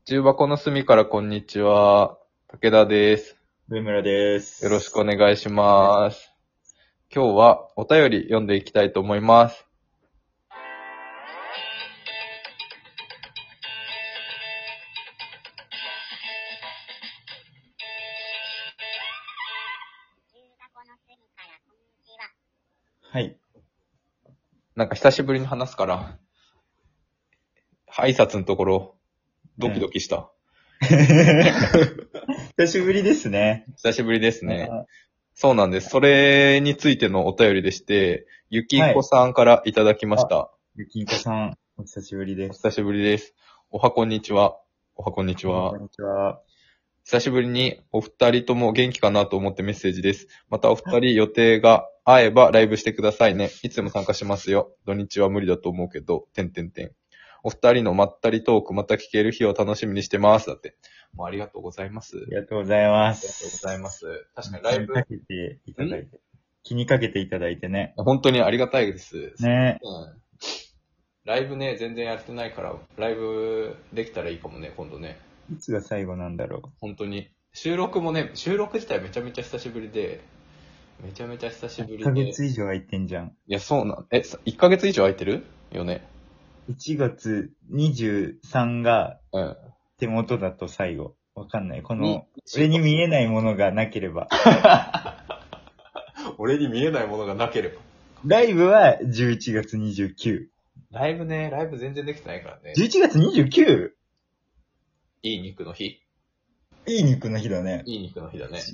重箱の隅からこんにちは。武田です。 上村です。 よろしくお願いします。今日はお便り読んでいきたいと思います。 はい。 なんか久しぶりに話すから、挨拶のところ、ドキドキした。 久しぶりですね。 久しぶりですね。そうなんです。それについてのお便りでして、ゆきこさんからいただきました。 ゆきこさん、お久しぶりです。 お久しぶりです。おはこんにちは。おはこんにちは。 こんにちは。 久しぶりにお二人とも元気かなと思ってメッセージです。またお二人予定が合えばライブしてくださいね。いつでも参加しますよ。土日は無理だと思うけど、お二人のまったりトークまた聞ける日を楽しみにしてます。だって。もうありがとうございます。 ありがとうございまありがとうす。 ございます。確かにライブ、 気にかけていただいて。気にかけていただいてね。 本当にありがたいです。 ね。 うん。ライブね、全然やってないから、ライブできたらいいかもね、今度ね。 いつが最後なんだろ本当に。収録自体めちゃめちゃ久しぶりで、めちゃめちゃ久しう。1 ぶりで。 ヶ月以上空いてんじゃん。 いや、そうなん、1ヶ月以上空いてるよね。 1月23がうん。 手元だと最後。わかんない。こにの、俺に見えないものがなければ。 俺に見えないものがなければ。 ライブは11月29。 ライブ全然できてないからね。 11月 29? いい肉の日。 いい肉の日だね。 いい肉の日だね。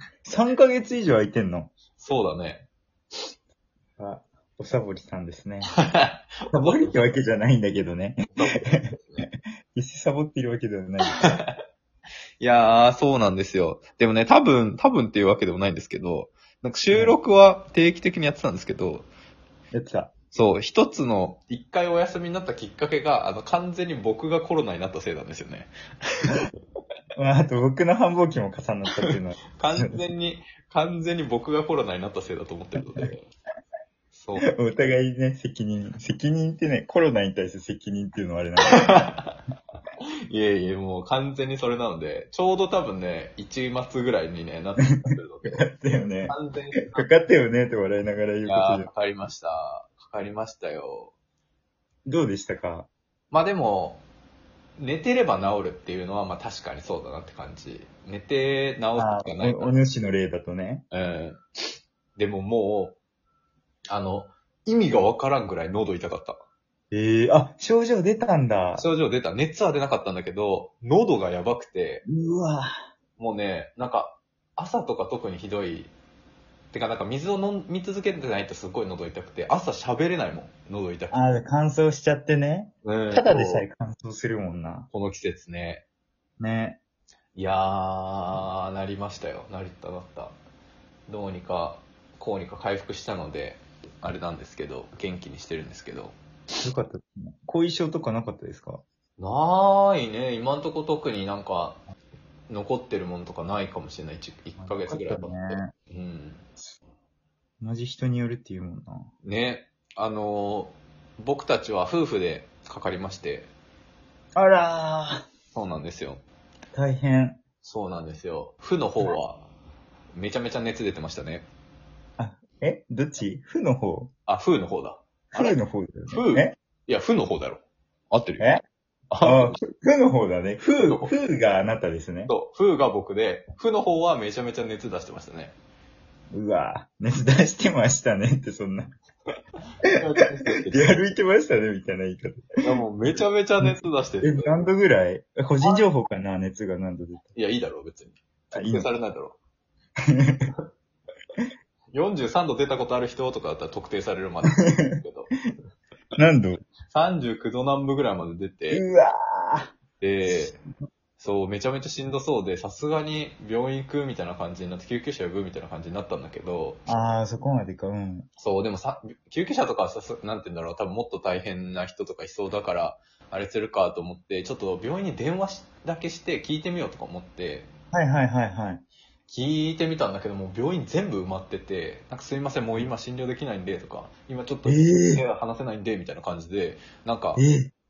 3ヶ月以上空いてんの。 そうだね。 あ、おさぼりさんですね。サボりってわけじゃないんだけどね。決してサボっているわけではない。 いやー、そうなんですよ。でもね、多分っていうわけでもないんですけど、なんか収録は定期的にやってたんですけど、 やってた。 そう、一回お休みになったきっかけが、完全に僕がコロナになったせいなんですよね。 まあ、あと僕の繁忙期も重なったっていうのは。 完全に僕がコロナになったせいだと思ってるので。そう。 お互いね、責任ってね、コロナに対して責任っていうのはあれなんだ。 いえいえ、もう完全にそれなので、ちょうど多分ね、1月ぐらいにね、なってるんだけど。 かかったよね。 完全に。 かかったよねって笑いながら言ういことで。 やー、かかりました。かかりましたよ。 どうでしたか？ まあでも、寝てれば治るっていうのは、まあ確かにそうだなって感じ。寝て治すしかないから。 お主の例だとね。 うん。でももう、意味がわからんぐらい喉痛かった。 症状出たんだ。 症状出た。熱は出なかったんだけど、喉がやばくて、 うわもうね、なんか、朝とか特にひどい。てかなんか水を飲み続けてないとすごい喉痛くて、朝喋れないもん。喉痛くて。 乾燥しちゃってね。 うん。 ただでさえ乾燥するもんな。 この季節ね。 ね。 いやー、なりましたよ。なった。どうにか、こうにか回復したので、あれなんですけど、元気にしてるんですけど。 よかったですね。後遺症とかなかったですか？ なーいね。今んとこ特になんか、残ってるものとかないかもしれない。1ヶ月ぐらい経って。 ね。 うん。 同じ人によるっていうもんな。 ね。僕たちは夫婦でかかりまして。 あらそうなんですよ。 ー、大変。 そうなんですよ。負の方は、めちゃめちゃ熱出てましたね。 どっち？負の方？ 負の方だ。 負の方だよ負ね。 いや、負の方だろ。合ってるよ。 えあ、 負の方だね。 負の方負があなたですね。 そう、負が僕で、負の方はめちゃめちゃ熱出してましたね。 うわ熱出してましたねってそんな。出歩いてましたねみたいな言い方。 いや、もうめちゃめちゃ熱出してて。 何度ぐらい？個人情報かな、熱が何度出た。 いや、いいだろう、別に。 あ特定されないだろう。43度出たことある人とかだったら特定されるまでですけど。 何度？ 39度南部ぐらいまで出て、 うわで、そう、めちゃめちゃしんどそうで、さすがに病院行くみたいな感じになって、救急車呼ぶみたいな感じになったんだけど、 そこまでか、うん。 そう、でも救急車とかはなんて言うんだろう、多分もっと大変な人とかいそうだから、あれするかと思って、ちょっと病院に電話だけして聞いてみようとか思って、 はいはいはいはい。 聞いてみたんだけども、病院全部埋まってて、なんかすいません、もう今診療できないんでとか、今ちょっと手が離せないんで、みたいな感じで、なんか、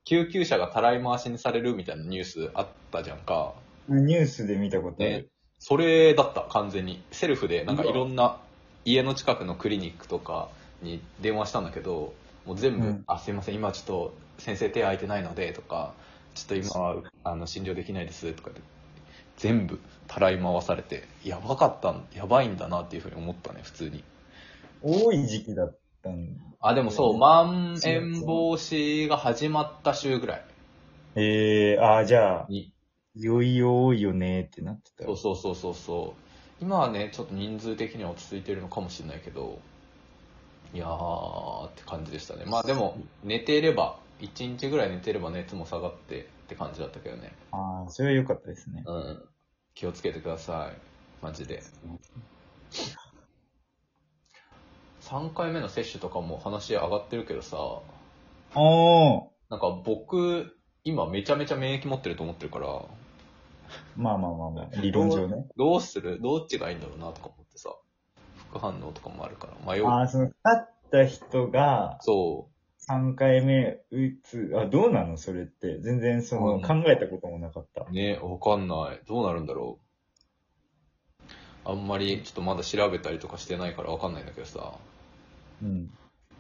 救急車がたらい回しにされるみたいなニュースあったじゃんか。 ニュースで見たことあねる。。 それだった、完全に。セルフで、なんかいろんな家の近くのクリニックとかに電話したんだけど、もう全部、 うんすいません、今ちょっと先生手空いてないので、とか、ちょっと今は、診療できないです、とかで、全部たらい回されて、やばいんだなっていうふうに思ったね、普通に。 多い時期だったんだ。 でもそう、まん延防止が始まった週ぐらいじゃあ、 に。 いよいよ多いよねってなってた。 そう。今はね、ちょっと人数的には落ち着いてるのかもしれないけど、いやーって感じでしたね。まあでも、寝ていれば、1日ぐらい寝てれば熱も下がってって感じだったけどね。 ああ、それは良かったですね。 うん。気をつけてください。マジで。3回目の接種とかも話上がってるけどさ、 ああ、 なんか僕、今めちゃめちゃ免疫持ってると思ってるから、 まあ、理論上ね。 どうするどっちがいいんだろうなとか思ってさ、副反応とかもあるから迷う。 勝った人がそ 3回目打つ、どうなのそれって。全然考えたこともなかった。 う。ね、わかんない。どうなるんだろう。あんまりちょっとまだ調べたりとかしてないからわかんないんだけどさ。 うん。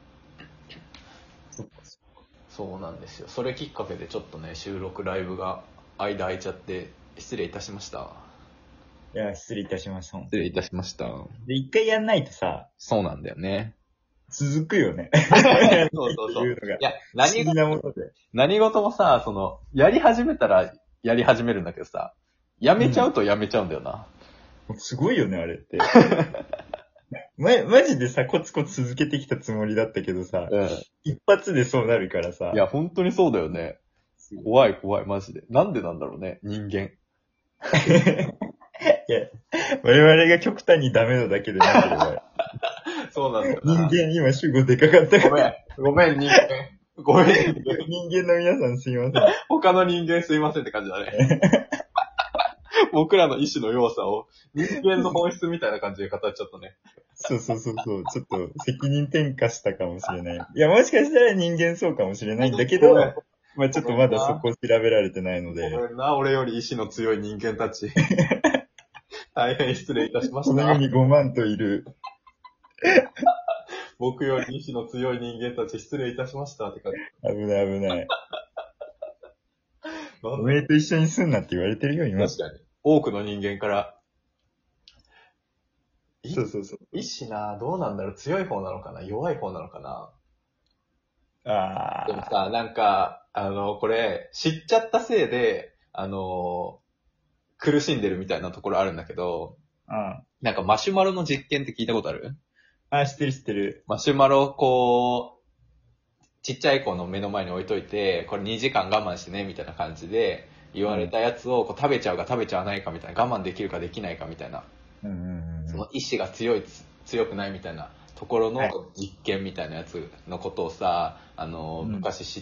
そっか。 そうなんですよ。それきっかけでちょっとね、収録ライブが間空いちゃって失礼いたしました。 いや、失礼いたしました。 失礼いたしました。 で、一回やんないとさ、 そうなんだよね。 続くよね。 そう。 いうのがいや、 不思議なもので。 何事もさ、やり始めたらやり始めるんだけどさ、やめちゃうとやめちゃうんだよな。 すごいよね、あれって。マジでさ、コツコツ続けてきたつもりだったけどさ、 うん。 一発でそうなるからさ。 いや、本当にそうだよね。怖い、マジで。なんでなんだろうね、人間。 いや、我々が極端にダメなだけでなければ。 そうなんだよ人な。 間今主語でかかったから。 ごめん、人間。ごめん、人間。 人間の皆さんすいません。 他の人間すいませんって感じだね。僕らの意志の弱さを人間の本質みたいな感じで語っちゃったね。 そう。ちょっと責任転嫁したかもしれない。いや、もしかしたら人間そうかもしれないんだけど、まあちょっとまだそこを調べられてないので。 ごめんな、俺より意志の強い人間たち。大変失礼いたしました。 この世に5万といる。 僕より意志の強い人間たち失礼いたしましたって感じ。 危ない。おめえと一緒にすんなって言われてるよ、今。 確かに。多くの人間から。 そう。 意志な、どうなんだろう、強い方なのかな弱い方なのかな。でもさ、なんか、これ、知っちゃったせいで、苦しんでるみたいなところあるんだけど、なんかマシュマロの実験って聞いたことある？ 知ってる。 マシュマロをこう、ちっちゃい子の目の前に置いといて、これ2時間我慢してね、みたいな感じで、言われたやつをこう食べちゃうか食べちゃわないかみたいな、我慢できるかできないかみたいな、その意志が強くないみたいなところの実験みたいなやつのことをさ、昔知って、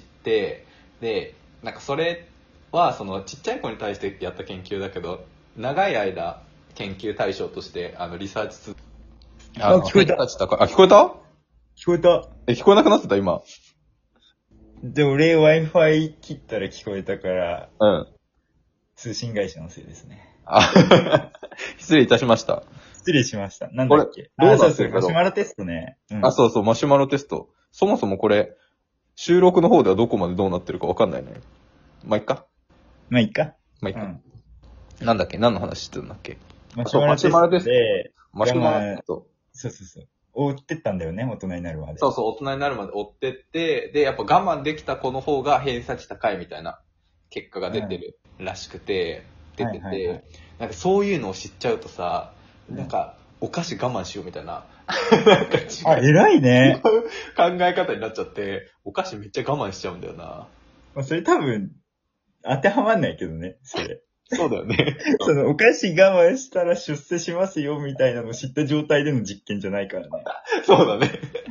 で、なんかそれはそのちっちゃい子に対してやった研究だけど、長い間研究対象として、リサーチ聞こえた。 聞こえた？ 聞こえた。 聞こえなくなってた今。 で、俺 Wi-Fi 切ったら聞こえたから、 うん。 通信会社のせいですね。 失礼いたしました。 失礼しました。なんだっけ。 どうなってるマシュマロテストね。 そう、マシュマロテスト。そもそもこれ、収録の方ではどこまでどうなってるかわかんないね。まあ、いっか。 まあ、いいか。 なんだっけ何の話してたんだっけ？ マシュマロテストで、 マシュマロテスト。 そう。追ってったんだよね、大人になるまで。 そう、大人になるまで追ってって、で、やっぱ我慢できた子の方が偏差値高いみたいな結果が出てるらしくて、なんかそういうのを知っちゃうとさ、なんかお菓子我慢しようみたいな、なんか偉いね。 考え方になっちゃって、お菓子めっちゃ我慢しちゃうんだよな。 それ多分、当てはまんないけどね、それ。 そうだよね。 お菓子我慢したら出世しますよみたいなのを知った状態での実験じゃないからね。 そうだね。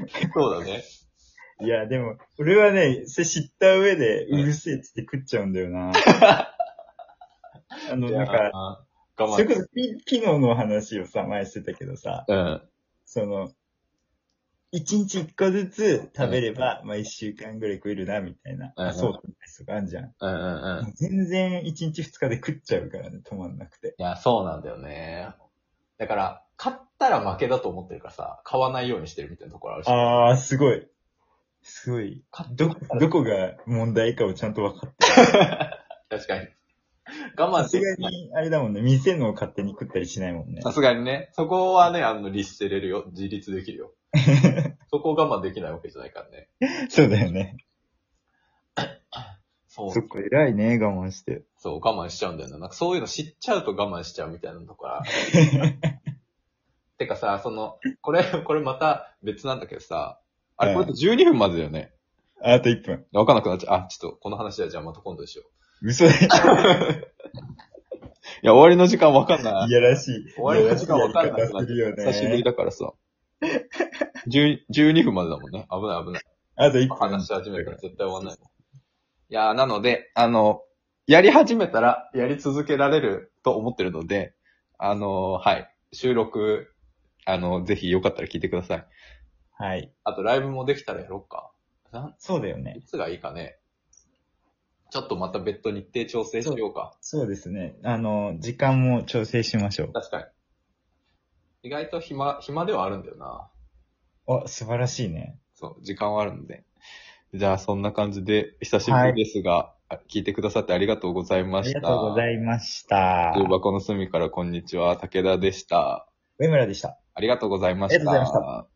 いや、でも、俺はね、それ知った上で、うるせえって言って食っちゃうんだよな。なんか、それこそ、機能の話をさ、前してたけどさ、 1日1個ずつ食べれば、まあ1週間ぐらい食えるな、みたいな。 うんうんそうとかあるじゃん。 うんうんうん。い全然1日2日で食っちゃうからね、止まんなくて。 や、そうなんだよね。だから、買ったら負けだと思ってるからさ、買わないようにしてるみたいなところあるし。 あー、すごい。すごい。どこが問題かをちゃんと分かってる。 確かに。我慢さすがに、あれだもんね、店のを勝手に食ったりしないもんね。 さすがにね。そこはね、律してれるよ。自立できるよ。そこを我慢できないわけじゃないからね。 そうだよね。 そう。 そっか、偉いね、我慢して。 そう、我慢しちゃうんだよな。なんかそういうの知っちゃうと我慢しちゃうみたいなところある。てかさ、これまた別なんだけどさ、あれこれって12分までだよね。 あと1分。 わかんなくなっちゃう。あ、ちょっとこの話はじゃあまた今度でしよ嘘だよ。 う。いや、終わりの時間わかんない。 いやらしい。 終わりの時間わかんなくなっちゃう。 するよね。 久しぶりだからさ。12分までだもんね。危ない危ない。 あと1分。 話し始めたら絶対終わんないもん。いやー、なので、やり始めたらやり続けられると思ってるので、はい。収録、ぜひよかったら聞いてください。 はい。 あとライブもできたらやろうか。 そうだよねい。つがいいかね。ちょっとまた別途日程調整しようか。 そうですね。時間も調整しましょう。 確かに。意外と暇ではあるんだよな。 あ、素晴らしいね。 そう、時間はあるので。じゃあそんな感じで、久しぶりですが、聞いてくださってありがとうございました。 ありがとうございました。 重箱の隅からこんにちは、武田でした。 上村でした。 ありがとうございました。 ありがとうございました。